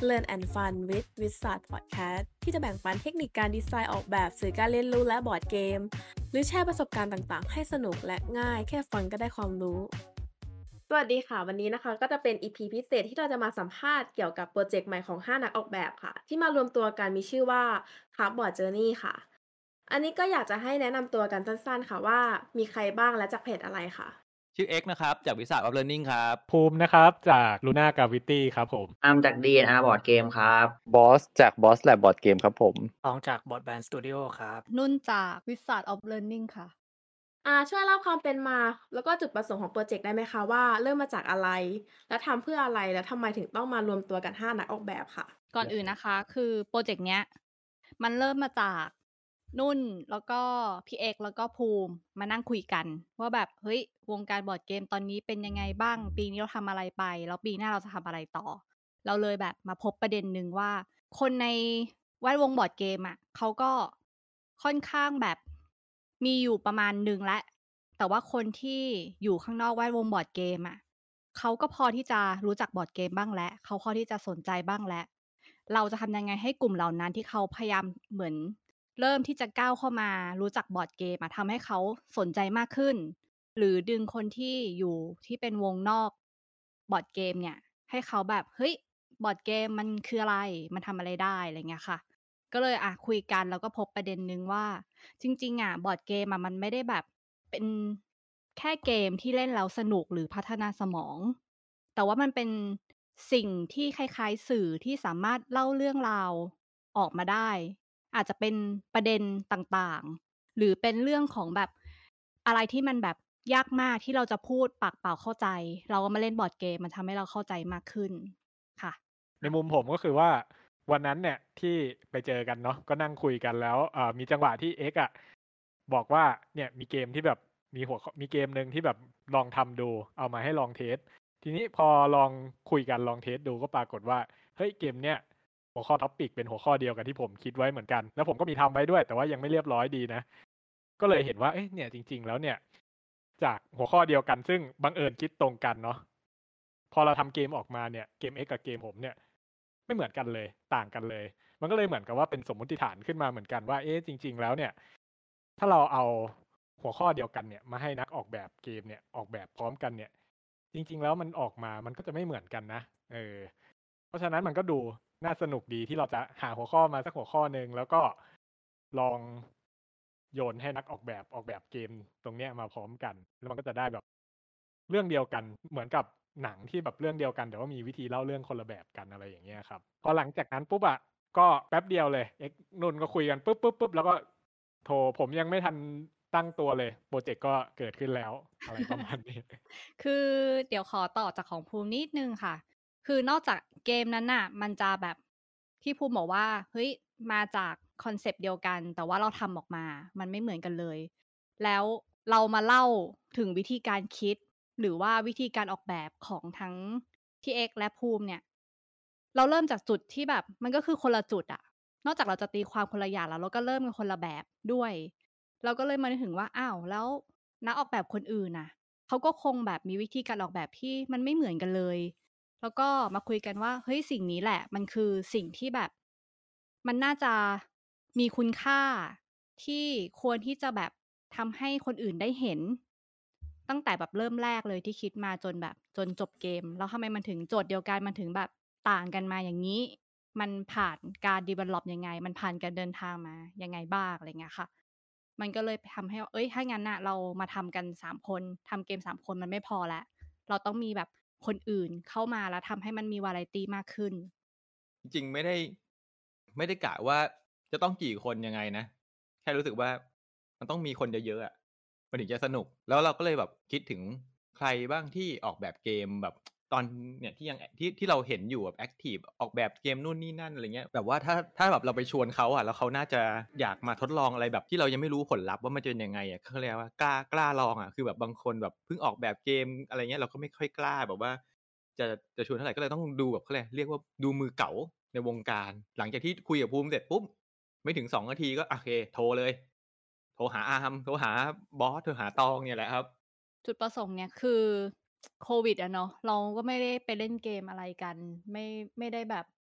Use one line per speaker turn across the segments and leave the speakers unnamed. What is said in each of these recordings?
Learn and Fun with Wizard Podcast ที่จะแบ่งปันเทคนิคการดีไซน์ออกแบบสื่อการเรียนรู้และบอร์ดเกมหรือแชร์ประสบการณ์ต่างๆให้สนุกและง่ายแค่ฟังก็ได้ความรู้สวัสดีค่ะวันนี้นะคะก็จะเป็น EP พิเศษที่เราจะมาสัมภาษณ์เกี่ยวกับโปรเจกต์ใหม่ของ5นักออกแบบค่ะที่มารวมตัวกันมีชื่อว่า Cardboard Journey ค่ะอันนี้ก็อยากจะให้แนะนำตัวกันสั้นๆค่ะว่ามีใครบ้างและจากเพจอะไรค่ะ
ชื่อ X นะครับจากวิสาออฟเลิร์นนิ่งครับ
ภูมินะครับจาก Luna Gravity ครับผม
จาก D&R Board Game ครับ
บอสจาก Boss Lab Board Game ครับผม
ตองจาก Board Band Studio ครับ
นุ่นจาก Wizard of Learning ค่ะ
ช่วยเล่าความเป็นมาแล้วก็จุดประสงค์ของโปรเจกต์ได้ไหมคะว่าเริ่มมาจากอะไรและทำเพื่ออะไรและทำไมถึงต้องมารวมตัวกัน5นักออกแบบค่ะ
ก่อนอื่นนะคะคือโปรเจกต์เนี้ยมันเริ่มมาจากนุ่นแล้วก็พี่เอกแล้วก็ภูมิมานั่งคุยกันว่าแบบเฮ้ยวงการบอร์ดเกมตอนนี้เป็นยังไงบ้างปีนี้เราทำอะไรไปแล้วปีหน้าเราจะทำอะไรต่อเราเลยแบบมาพบประเด็นหนึ่งว่าคนในแวดวงบอร์ดเกมอ่ะเขาก็ค่อนข้างแบบมีอยู่ประมาณหนึ่งและแต่ว่าคนที่อยู่ข้างนอกแวดวงบอร์ดเกมอ่ะเขาก็พอที่จะรู้จักบอร์ดเกมบ้างแล้วเขาพอที่จะสนใจบ้างแล้วเราจะทำยังไงให้กลุ่มเหล่านั้นที่เขาพยายามเหมือนเริ่มที่จะก้าวเข้ามารู้จักบอร์ดเกมทำให้เขาสนใจมากขึ้นหรือดึงคนที่อยู่ที่เป็นวงนอกบอร์ดเกมเนี่ยให้เขาแบบเฮ้ยบอร์ดเกมมันคืออะไรมันทำอะไรได้อะไรเงี้ยค่ะก็เลยคุยกันแล้วก็พบประเด็นนึงว่าจริงๆบอร์ดเกมมันไม่ได้แบบเป็นแค่เกมที่เล่นแล้วสนุกหรือพัฒนาสมองแต่ว่ามันเป็นสิ่งที่คล้ายๆสื่อที่สามารถเล่าเรื่องราวออกมาได้อาจจะเป็นประเด็นต่างๆหรือเป็นเรื่องของแบบอะไรที่มันแบบยากมากที่เราจะพูดปากเปล่าเข้าใจเราก็มาเล่นบอร์ดเกมมันทำให้เราเข้าใจมากขึ้นค่ะ
ในมุมผมก็คือว่าวันนั้นเนี่ยที่ไปเจอกันเนาะก็นั่งคุยกันแล้วมีจังหวะที่ X บอกว่าเนี่ยมีเกมที่แบบมีเกมหนึ่งที่แบบลองทำดูเอามาให้ลองเทสทีนี้พอลองคุยกันลองเทสดูก็ปรากฏว่าเฮ้ยเกมเนี่ยหัวข้อท็อปิกเป็นหัวข้อเดียวกับที่ผมคิดไว้เหมือนกันแล้วผมก็มีทำไว้ด้วยแต่ว่ายังไม่เรียบร้อยดีนะก็เลยเห็นว่าเอ้ยเนี่ยจริงๆแล้วเนี่ยจากหัวข้อเดียวกันซึ่งบังเอิญคิดตรงกันเนาะพอเราทำเกมออกมาเนี่ยเกม X กับเกมผมเนี่ยไม่เหมือนกันเลยต่างกันเลยมันก็เลยเหมือนกับว่าเป็นสมมติฐานขึ้นมาเหมือนกันว่าเอ๊ะจริงๆแล้วเนี่ยถ้าเราเอาหัวข้อเดียวกันเนี่ยมาให้นักออกแบบเกมเนี่ยออกแบบพร้อมกันเนี่ยจริงๆแล้วมันออกมามันก็จะไม่เหมือนกันนะเพราะฉะนั้นมันก็ดูน่าสนุกดีที่เราจะหาหัวข้อมาสักหัวข้อนึงแล้วก็ลองโยนให้นักออกแบบเกมตรงเนี้ยมาพร้อมกันแล้วมันก็จะได้แบบเรื่องเดียวกันเหมือนกับหนังที่แบบเรื่องเดียวกันแต่ว่ามีวิธีเล่าเรื่องคนละแบบกันอะไรอย่างเงี้ยครับพอหลังจากนั้นปุ๊บก็แป๊บเดียวเลยนุ่นก็คุยกันปุ๊บแล้วก็โทรผมยังไม่ทันตั้งตัวเลยโปรเจกต์ก็เกิดขึ้นแล้วอะไรประมาณนี้
คือเดี๋ยวขอต่อจากของภูมินิดนึงค่ะคือนอกจากเกมนั้นน่ะมันจะแบบที่ภูมิบอกว่าเฮ้ยมาจากคอนเซปต์เดียวกันแต่ว่าเราทำออกมามันไม่เหมือนกันเลยแล้วเรามาเล่าถึงวิธีการคิดหรือว่าวิธีการออกแบบของทั้งพี่เอกและภูมิเนี่ยเราเริ่มจากจุดที่แบบมันก็คือคนละจุดนอกจากเราจะตีความคนละอย่างแล้วเราก็เริ่มกันคนละแบบด้วยเราก็เลยมานึกถึงว่าอ้าวแล้วนักออกแบบคนอื่นน่ะเขาก็คงแบบมีวิธีการออกแบบที่มันไม่เหมือนกันเลยแล้วก็มาคุยกันว่าเฮ้ยสิ่งนี้แหละมันคือสิ่งที่แบบมันน่าจะมีคุณค่าที่ควรที่จะแบบทำให้คนอื่นได้เห็นตั้งแต่แบบเริ่มแรกเลยที่คิดมาจนแบบจนจบเกมแล้วทำไมมันถึงโจทย์เดียวกันมันถึงแบบต่างกันมาอย่างนี้มันผ่านการ develop ยังไงมันผ่านการเดินทางมายังไงบ้างอะไรเงี้ยค่ะมันก็เลยทำให้เอ้ยถ้างั้นน่ะเรามาทำกัน3คนทำเกม3คนมันไม่พอแล้วเราต้องมีแบบคนอื่นเข้ามาแล้วทำให้มันมีวาไรตี้มากขึ้น
จริงๆไม่ได้กะว่าจะต้องกี่คนยังไงนะแค่รู้สึกว่ามันต้องมีคนเยอะๆมันถึงจะสนุกแล้วเราก็เลยแบบคิดถึงใครบ้างที่ออกแบบเกมแบบตอนเนี่ยที่ยังที่เราเห็นอยู่แบบแอคทีฟออกแบบเกมนู่นนี่นั่นอะไรเงี้ยแบบว่าถ้าแบบเราไปชวนเขาแล้วเขาน่าจะอยากมาทดลองอะไรแบบที่เรายังไม่รู้ผลลัพธ์ว่ามันจะเป็นยังไงเขาเรียกว่ากล้าลองคือแบบบางคนแบบเพิ่งออกแบบเกมอะไรเงี้ยเราก็ไม่ค่อยกล้าแบบว่าจะชวนเท่าไหร่ก็เลยต้องดูแบบเขาเรียกว่าดูมือเก๋าในวงการหลังจากที่คุยกับภูมิเสร็จปุ๊บไม่ถึง2 นาทีก็โอเคโทรเลยโทรหาอาร์มโทรหาบอสโทรหาตองเนี่ยแหละครับ
จุดประสงค์เนี่ยคือโควิดเนาะเราก็ไม่ได้ไปเล่นเกมอะไรกันไม่ได้แบบ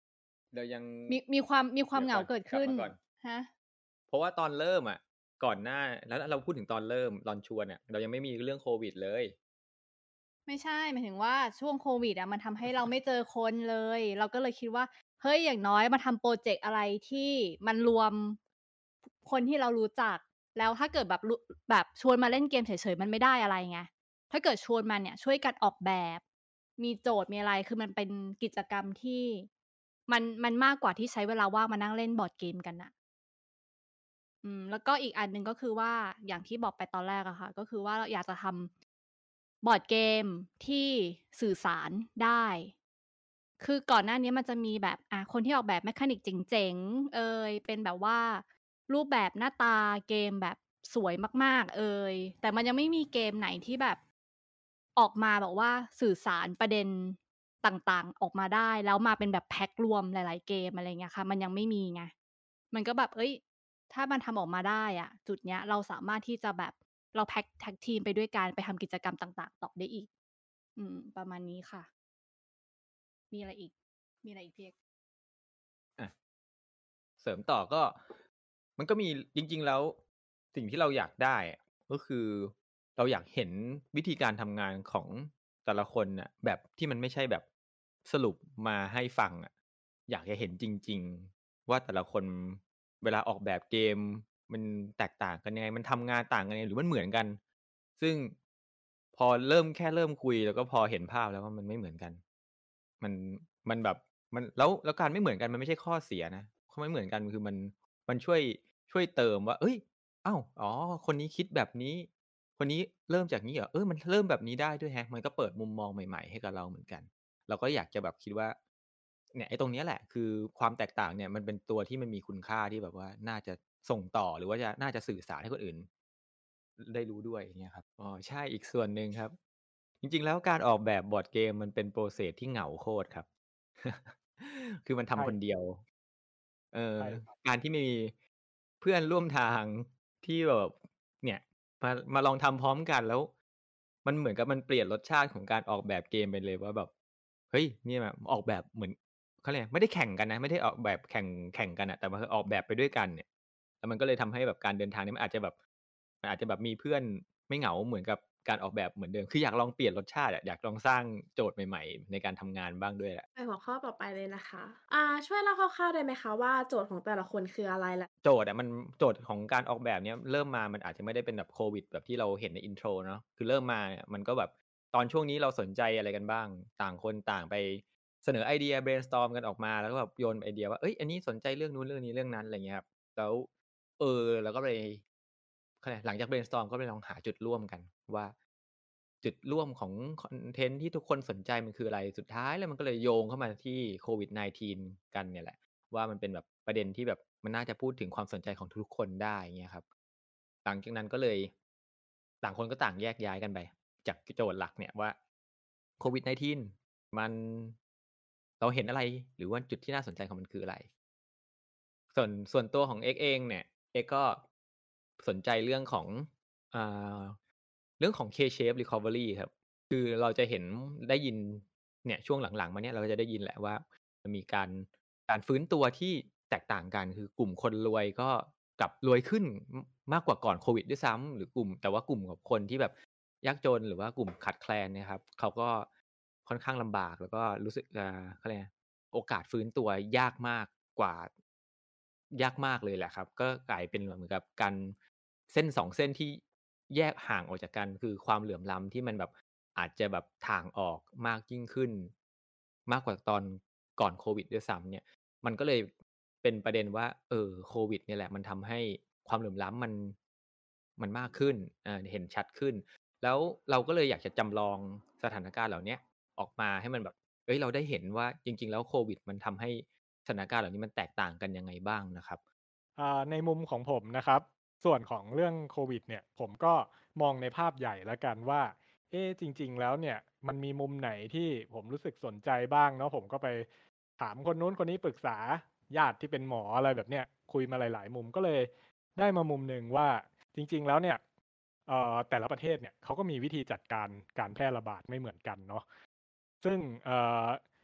เรายัง
มีความ
เดี๋ยว
เหงา
ก่อน
เกิด
กลับ
ขึ้น
มาก่อน
ฮะ
เพราะว่าตอนเริ่มอะก่อนหน้าแล้วเราพูดถึงตอนเริ่มตอนชวนเนี่ยเรายังไม่มีเรื่องโควิดเลย
ไม่ใช่หมายถึงว่าช่วงโควิดอะมันทำให้เราไม่เจอคนเลย เราก็เลยคิดว่าเฮ้ยอย่างน้อยมาทำโปรเจกต์อะไรที่มันรวมคนที่เรารู้จัก แล้วถ้าเกิดแบบชวนมาเล่นเกมเฉยๆมันไม่ได้อะไรไงถ้าเกิดชวนมาเนี่ยช่วยกันออกแบบ มีโจทย์มีอะไรคือมันเป็นกิจกรรมที่มันมากกว่าที่ใช้เวลาว่างมานั่งเล่นบอร์ดเกมกันน่ะ แล้วก็อีกอันหนึ่งก็คือว่าอย่างที่บอกไปตอนแรกอะค่ะ ก็คือว่าเราอยากจะทำบอร์ดเกมที่สื่อสารได้ คือก่อนหน้านี้มันจะมีแบบคนที่ออกแบบ mechanic เจ๋งๆ เป็นแบบว่ารูปแบบหน้าตาเกมแบบสวยมากๆ แต่มันยังไม่มีเกมไหนที่แบบออกมาแบบว่าสื่อสารประเด็นต่างๆ ออกมาได้ แล้วมาเป็นแบบแพ็กรวมหลายๆเกมอะไรเงี้ยค่ะ มันยังไม่มีไง มันก็แบบถ้ามันทำออกมาได้อะจุดเนี้ยเราสามารถที่จะแบบเราแท็กทีมไปด้วยกันไปทำกิจกรรมต่างๆต่อได้อีก ประมาณนี้ค่ะ มีอะไรอีกพี่เอก
อ่ะเสริมต่อก็มันก็มีจริงๆแล้วสิ่งที่เราอยากได้อะก็คือเราอยากเห็นวิธีการทำงานของแต่ละคนน่ะแบบที่มันไม่ใช่แบบสรุปมาให้ฟังอะอยากจะเห็นจริงๆว่าแต่ละคนเวลาออกแบบเกมมันแตกต่างกันยังไงมันทำงานต่างกันยังไงหรือมันเหมือนกัน ซึ่งพอเริ่มคุยแล้วก็พอเห็นภาพแล้วว่ามันไม่เหมือนกัน มันมันแบบมันแล้วการไม่เหมือนกันมันไม่ใช่ข้อเสียนะข้อไม่เหมือนกันคือมันช่วยเติมว่าเอ้ยอ้าวอ๋อคนนี้คิดแบบนี้ คนนี้เริ่มจากนี้เหรอมันเริ่มแบบนี้ได้ด้วยแฮะมันก็เปิดมุมมองใหม่ๆให้กับเราเหมือนกัน เราก็อยากจะแบบคิดว่าเนี่ยไอ้ตรงเนี้ยแหละคือความแตกต่างเนี่ยมันเป็นตัวที่มันมีคุณค่าที่แบบว่าน่าจะส่งต่อหรือว่าน่าจะสื่อสารให้คนอื่นได้รู้ด้วยอย่างเงี้ยครับอ๋อใช่อีกส่วนหนึ่งครับจริงๆแล้วการออกแบบบอร์ดเกมมันเป็นโปรเซสที่เหงาโคตรครับ คือมัน
ใช่
ทำคนเดียว
ใช่ครับ
การที่มีเพื่อนร่วมทางที่แบบเนี่ยมาลองทำพร้อมกันแล้ว มันเหมือนกับมันเปลี่ยนรสชาติของการออกแบบเกมไปเลยว่าแบบเฮ้ยเนี่ยแบบออกแบบเหมือนเขาเรียกไม่ได้แข่งกันนะไม่ได้ออกแบบแข่งกันอะแต่มันคือออกแบบไปด้วยกันเนี่ยแล้วมันก็เลยทำให้แบบการเดินทางนี้มันอาจจะแบบมีเพื่อนไม่เหงาเหมือนกับการออกแบบเหมือนเดิมคืออยากลองเปลี่ยนรสชาติอะอยากลองสร้างโจทย์ใหม่ๆในการทำงานบ้างด้วยแหละ
ไปหัวข้อต่อไปเลยนะคะ ช่วยเล่าคร่าวๆได้ไหมคะว่าโจทย์ของแต่ละคนคืออะไรล่ะ?
โจทย์ของการออกแบบเนี้ยเริ่มมามันอาจจะไม่ได้เป็นแบบโควิดแบบที่เราเห็นใน intro เนาะคือเริ่มมาเนี่ยมันก็แบบตอนช่วงนี้เราสนใจอะไรกันบ้างต่างคนต่างไปเสนอไอเดีย brainstorm กันออกมาแล้วก็แบบโยนไอเดียว่าเฮ้ยอันนี้สนใจเรื่องนู้นเรื่องนี้เรื่องนั้นอะไรเงี้ยครับแล้วเราก็เลยเขาเรียกหลังจาก brainstorm ก็ไปลองหาจุดร่วมกันว่าจุดร่วมของคอนเทนต์ที่ทุกคนสนใจมันคืออะไรสุดท้ายแล้วมันก็เลยโยงเข้ามาที่โควิด -19 กันเนี่ยแหละ ว่ามันเป็นแบบประเด็นที่แบบมันน่าจะพูดถึงความสนใจของทุกๆคนได้เงี้ยครับหลังจากนั้นก็เลยต่างคนก็ต่างแยกย้ายกันไปจากโจทย์หลักเนี่ยว่าโควิด -19 มันเราเห็นอะไรหรือว่าจุดที่น่าสนใจของมันคืออะไรส่วนตัวของเอกเองเนี่ยเอกก็สนใจเรื่องของอ่าเรื่องของ K-shape recovery ครับคือเราจะเห็นได้ยินเนี่ยช่วงหลังๆมาเนี่ยเราก็จะได้ยินแหละว่ามันมีการฟื้นตัวที่แตกต่างกันคือกลุ่มคนรวยก็กลับรวยขึ้นมากกว่าก่อนโควิดด้วยซ้ำหรือกลุ่มแต่ว่ากลุ่มของคนที่แบบยากจนหรือว่ากลุ่มขาดแคลนเนี่ยครับเขาก็ค่อนข้างลำบากแล้วก็รู้สึกเขาเรียกไง โอกาสฟื้นตัวยากมากกว่ายากมากเลยแหละครับก็กลายเป็นเหมือนกับกันเส้น2เส้นที่แยกห่างออกจากกันคือความเหลื่อมล้ำที่มันแบบอาจจะแบบถ่างออกมากยิ่งขึ้นมากกว่าตอนก่อนโควิดด้วยซ้ำเนี่ยมันก็เลยเป็นประเด็นว่าโควิดเนี่ยแหละมันทำให้ความเหลื่อมล้ำมันมากขึ้นเห็นชัดขึ้นแล้วเราก็เลยอยากจะจำลองสถานการณ์เหล่าเนี้ยออกมาให้มันแบบ เราได้เห็นว่าจริงๆแล้วโควิดมันทำให้สถานการณ์เหล่านี้มันแตกต่างกันยังไงบ้างนะครับ
ในมุมของผมนะครับ ส่วนของเรื่องโควิดเนี่ยผมก็มองในภาพใหญ่แล้วกันว่าจริงๆแล้วเนี่ยมันมีมุมไหนที่ผมรู้สึกสนใจบ้างเนาะผมก็ไปถามคนนู้นคนนี้ปรึกษาญาติที่เป็นหมออะไรแบบเนี้ยคุยมาหลายๆมุมก็เลยได้มามุมหนึ่งว่าจริงๆแล้วเนี่ยแต่ละประเทศเนี่ยเขาก็มีวิธีจัดการการแพร่ระบาดไม่เหมือนกันเนาะซึ่ง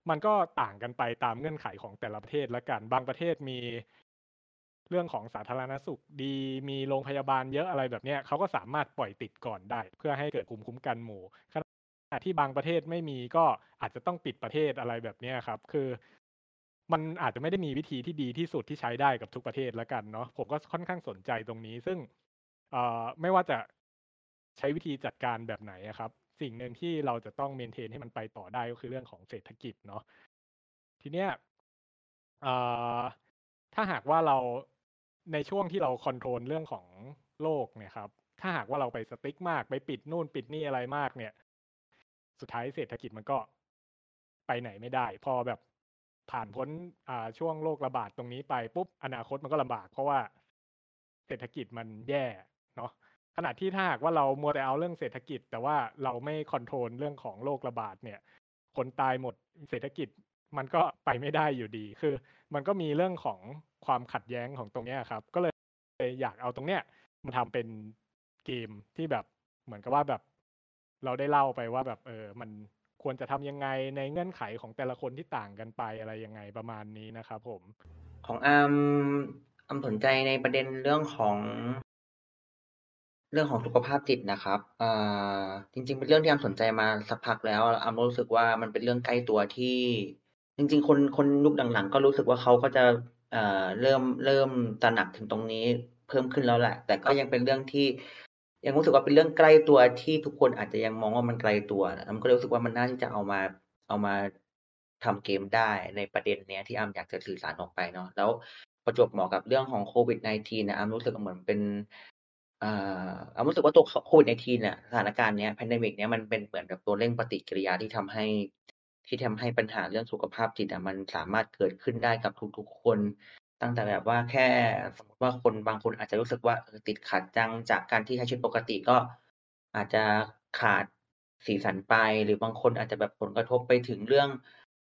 มันก็ต่างกันไปตามเงื่อนไขของแต่ละประเทศละกัน บางประเทศมีเรื่องของสาธารณสุขดี มีโรงพยาบาลเยอะอะไรแบบเนี้ยเขาก็สามารถปล่อยติดก่อนได้ เพื่อให้เกิดภูมิคุ้มกันหมู่ขณะที่บางประเทศไม่มีก็อาจจะต้องปิดประเทศอะไรแบบเนี้ยครับ คือมันอาจจะไม่ได้มีวิธีที่ดีที่สุดที่ใช้ได้กับทุกประเทศละกันเนาะผมก็ค่อนข้างสนใจตรงนี้ ซึ่งไม่ว่าจะใช้วิธีจัดการแบบไหนอะครับ สิ่งหนึ่งที่เราจะต้องเมนเทนให้มันไปต่อได้ก็คือเรื่องของเศรษฐกิจเนาะทีเนี้ยเอ่อถ้าหากว่าเราในช่วงที่เราคอนโทรลเรื่องของโลกเนี่ยครับ ถ้าหากว่าเราไปสติ๊กมากไปปิดนู่นปิดนี่อะไรมากเนี่ย สุดท้ายเศรษฐกิจมันก็ไปไหนไม่ได้ พอแบบผ่านพ้นช่วงโรคระบาดตรงนี้ไปปุ๊บอนาคตมันก็ลำบาก เพราะว่าเศรษฐกิจมันแย่เนาะขณะที่ถ้าหากว่าเรามัวแต่เอาเรื่องเศรษฐกิจ แต่ว่าเราไม่คอนโทรลเรื่องของโรคระบาดเนี่ย คนตายหมดเศรษฐกิจมันก็ไปไม่ได้อยู่ดี คือมันก็มีเรื่องของความขัดแย้งของตรงเนี้ยครับ ก็เลยอยากเอาตรงเนี้ยมาทำเป็นเกมที่แบบเหมือนกับว่าแบบเราได้เล่าไปว่าแบบมันควรจะทำยังไงในเงื่อนไขของแต่ละคนที่ต่างกันไปอะไรยังไงประมาณนี้นะครับผม
ของอาร์มสนใจในประเด็นเรื่องของสุขภาพจิตนะครับจริงๆเป็นเรื่องที่อาร์มสนใจมาสักพักแล้วอาร์มรู้สึกว่ามันเป็นเรื่องใกล้ตัวที่จริงๆคนยุคหลังๆก็รู้สึกว่าเขาก็จะเริ่มตระหนักถึงตรงนี้เพิ่มขึ้นแล้วแหละ แต่ก็ยังเป็นเรื่องที่ยังรู้สึกว่าเป็นเรื่องใกล้ตัวที่ทุกคนอาจจะยังมองว่ามันไกลตัวอาร์มก็เลยรู้สึกว่ามันน่าที่จะเอามาทำเกมได้ในประเด็นเนี้ยที่อาร์มอยากจะสื่อสารออกไปเนาะแล้วประจวบเหมาะกับเรื่องของโควิด -19 นะอาร์มรู้สึกเหมือนเป็นอาร์มรู้สึกว่าตัวโควิด -19 เนี่ยสถานการณ์เนี้ย pandemic เนี้ยมันเป็นเหมือนกับตัวเร่งปฏิกิริยาที่ทำให้ปัญหาเรื่องสุขภาพจิตอะมันสามารถเกิดขึ้นได้กับทุกๆคนตั้งแต่แบบว่าแค่สมมติว่าคนบางคนอาจจะรู้สึกว่าติดขัดจังจากการที่ใช้ชีวิตปกติก็อาจจะขาดสีสันไปหรือบางคนอาจจะแบบผลกระทบไปถึงเรื่อง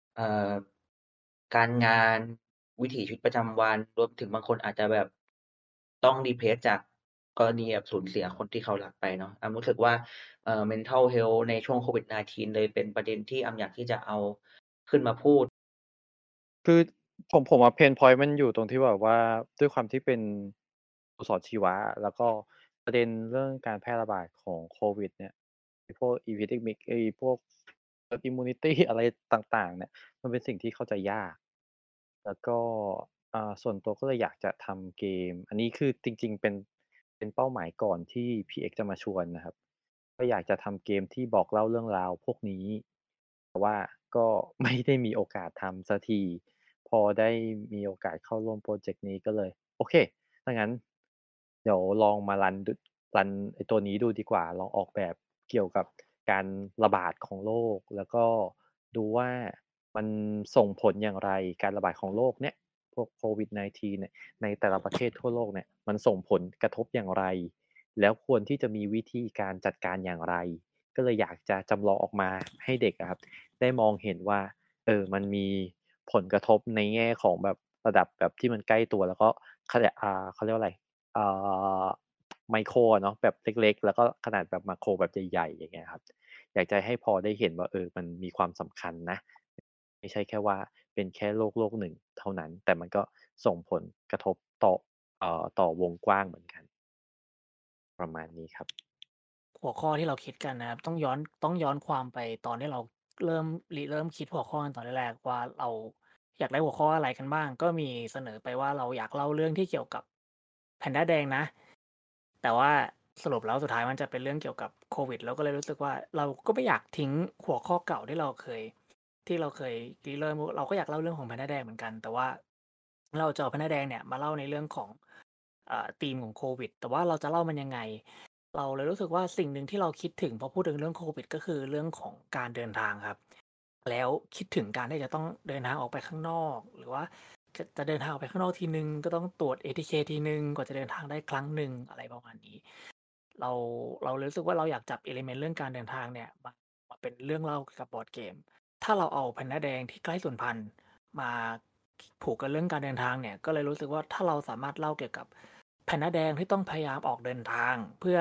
การงานวิถีชีวิตประจำวันรวมถึงบางคนอาจจะแบบต้อง depress จากกรณีแบบสูญเสียคนที่เขารักไปเนาะอาร์มรู้สึกว่าmental health ในช่วงโควิด -19 เลยเป็นประเด็นที่อาร์มอยากที่จะเอาขึ้นมาพูด
คือผมว่าเพนพอยต์มันอยู่ตรงที่แบบว่าด้วยความที่เป็นครูสอนชีวะ แล้วก็ประเด็นเรื่องการแพร่ระบาดของโควิดเนี่ยพวกอีพิดมิกพวกอิมมูนิตี้อะไรต่างๆเนี่ยมันเป็นสิ่งที่เข้าใจยาก แล้วก็ส่วนตัวก็เลยอยากจะทำเกม อันนี้คือจริงๆเป็นเป้าหมายก่อนที่พี่เอกจะมาชวนนะครับ ก็อยากจะทำเกมที่บอกเล่าเรื่องราวพวกนี้ แต่ว่าก็ไม่ได้มีโอกาสทำสักที พอได้มีโอกาสเข้าร่วมโปรเจกต์นี้ก็เลย โอเคถ้างั้น เดี๋ยวลองมารันไอ้ตัวนี้ดูดีกว่า ลองออกแบบเกี่ยวกับการระบาดของโรคแล้วก็ดูว่ามันส่งผลอย่างไรการระบาดของโรคเนี่ยพวกโควิด -19 เนี่ยในแต่ละประเทศทั่วโลกเนี่ยมันส่งผลกระทบอย่างไร แล้วควรที่จะมีวิธีการจัดการอย่างไร ก็เลยอยากจะจำลองออกมาให้เด็กครับได้มองเห็นว่ามันมีผลกระทบในแง่ของแบบระดับแบบที่มันใกล้ตัวแล้วก็เขาเรียกว่าอะไรไมโครเนาะแบบเล็กๆแล้วก็ขนาดแบบมาโครแบบใหญ่ๆอย่างเงี้ยครับอยากจะให้พอได้เห็นว่ามันมีความสำคัญนะไม่ใช่แค่ว่าเป็นแค่โลกหนึ่งเท่านั้นแต่มันก็ส่งผลกระทบต่อวงกว้างเหมือนกันประมาณนี้ครับ
หัวข้อที่เราคิดกันนะครับต้องย้อนความไปตอนที่เราเริ่มคิดหัวข้อกันตอนแรกๆว่าเราอยากได้หัวข้ออะไรกันบ้าง ก็มีเสนอไปว่าเราอยากเล่าเรื่องที่เกี่ยวกับแพนด้าแดงนะ แต่ว่าสรุปแล้วสุดท้ายมันจะเป็นเรื่องเกี่ยวกับโควิดเราก็เลยรู้สึกว่าเราก็ไม่อยากทิ้งหัวข้อเก่าที่เราเคยเริ่มเราก็อยากเล่าเรื่องของแพนด้าแดงเหมือนกัน แต่ว่าเราจะเอาแพนด้าแดงเนี่ยมาเล่าในเรื่องของธีมของโควิด แต่ว่าเราจะเล่ามันยังไง เราเลยรู้สึกว่าสิ่งหนึ่งที่เราคิดถึงพอพูดถึงเรื่องโควิดก็คือเรื่องของการเดินทางครับ แล้วคิดถึงการที่จะต้องเดินทางออกไปข้างนอก หรือว่าจะเดินทางออกไปข้างนอกทีนึงก็ต้องตรวจ ATK ทีนึงกว่าจะเดินทางได้ครั้งหนึ่งอะไรประมาณนี้ เรารู้สึกว่าเราอยากจับ element เรื่องการเดินทางเนี่ยมาเป็นเรื่องเล่าเกี่ยวกับบอร์ดเกม ถ้าเราเอาแพนด้าแดงที่ใกล้สูญพันธุ์มาผูกกับเรื่องการเดินทางเนี่ยก็เลยรู้สึกว่าถ้าเราสามารถเล่าเกี่ยวกับแพนด้าแดงที่ต้องพยายามออกเดินทางเพื่อ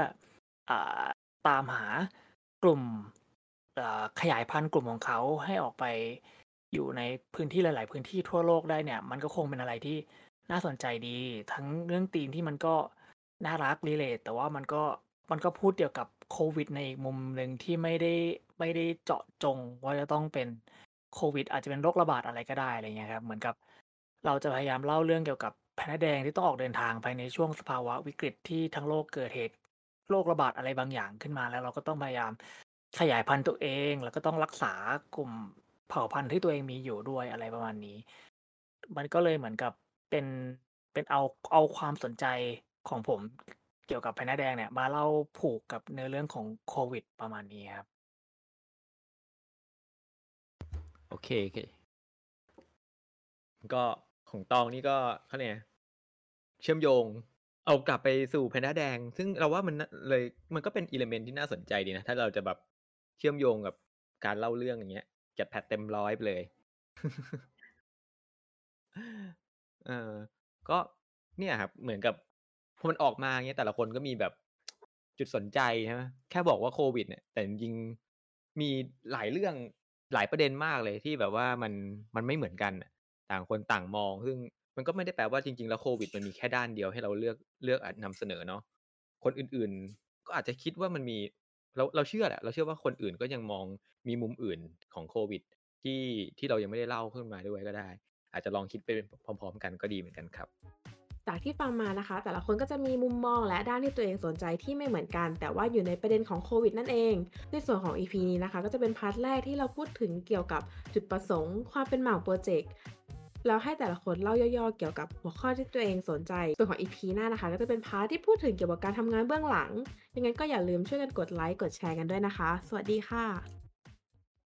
ตามหากลุ่มขยายพันธุ์กลุ่มของเขาให้ออกไปอยู่ในพื้นที่หลาย ๆ พื้นที่ทั่วโลกได้เนี่ย มันก็คงเป็นอะไรที่น่าสนใจดี ทั้งเรื่องธีมที่มันก็น่ารัก relate แต่ว่ามันก็พูดเกี่ยวกับโควิดในอีกมุมหนึ่งที่ไม่ได้เจาะจงว่าจะต้องเป็นโควิด อาจจะเป็นโรคระบาดอะไรก็ได้อะไรเงี้ยครับ เหมือนกับเราจะพยายามเล่าเรื่องเกี่ยวกับแพะแดงที่ต้องออกเดินทางภายในช่วงสภาวะวิกฤตที่ทั้งโลกเกิดเหตุโรคระบาดอะไรบางอย่างขึ้นมา แล้วเราก็ต้องพยายามขยายพันธุ์ตัวเอง แล้วก็ต้องรักษากลุ่มเผ่าพันธุ์ที่ตัวเองมีอยู่ด้วยอะไรประมาณนี้ มันก็เลยเหมือนกับเป็นเอาความสนใจของผมเกี่ยวกับแพะแดงเนี่ยมาเล่าผูกกับเนื้อเรื่องของโควิดประมาณนี้ครับ
โอเค ก็ของตองนี่ก็เขาเนี่ยกเชื่อมโยง เอากลับไปสู่แพนด้าแดง ซึ่งเราว่ามันก็เป็นอิเลเมนต์ที่น่าสนใจดีนะ ถ้าเราจะแบบเชื่อมโยงกับการเล่าเรื่องอย่างเงี้ยจัดแพทเต็มร้อยไปเลย ก็เนี่ยครับ เหมือนกับพอมันออกมาเงี้ยแต่ละคนก็มีแบบจุดสนใจใช่ไหมแค่บอกว่าโควิดเนี่ย แต่จริงๆมีหลายเรื่องหลายประเด็นมากเลยที่แบบว่ามันไม่เหมือนกันน่ะต่างคนต่างมอง ซึ่งมันก็ไม่ได้แปลว่าจริงๆแล้วโควิดมันมีแค่ด้านเดียวให้เราเลือกนำเสนอเนาะคนอื่นๆ ก็อาจจะคิดว่ามันมีเราเชื่อแหละเราเชื่อว่าคนอื่นก็ยังมองมีมุมอื่นของโควิดที่เรายังไม่ได้เล่าขึ้นมาด้วยก็ได้ อาจจะลองคิดไปพร้อมๆกันก็ดีเหมือนกันครับ
จากที่ฟังมานะคะ แต่ละคนก็จะมีมุมมองและด้านที่ตัวเองสนใจที่ไม่เหมือนกัน แต่ว่าอยู่ในประเด็นของโควิดนั่นเอง ในส่วนของ EP นี้นะคะ ก็จะเป็นพาร์ทแรกที่เราพูดถึงเกี่ยวกับจุดประสงค์ ความเป็นมาของโปรเจกต์แล้วให้แต่ละคนเล่าย่อๆเกี่ยวกับหัวข้อที่ตัวเองสนใจ ส่วนของ EP หน้านะคะ ก็จะเป็นพาร์ทที่พูดถึงเกี่ยวกับการทำงานเบื้องหลังยังไงก็อย่าลืมช่วยกันกดไลค์กดแชร์กันด้วยนะคะ สวัสดีค่ะ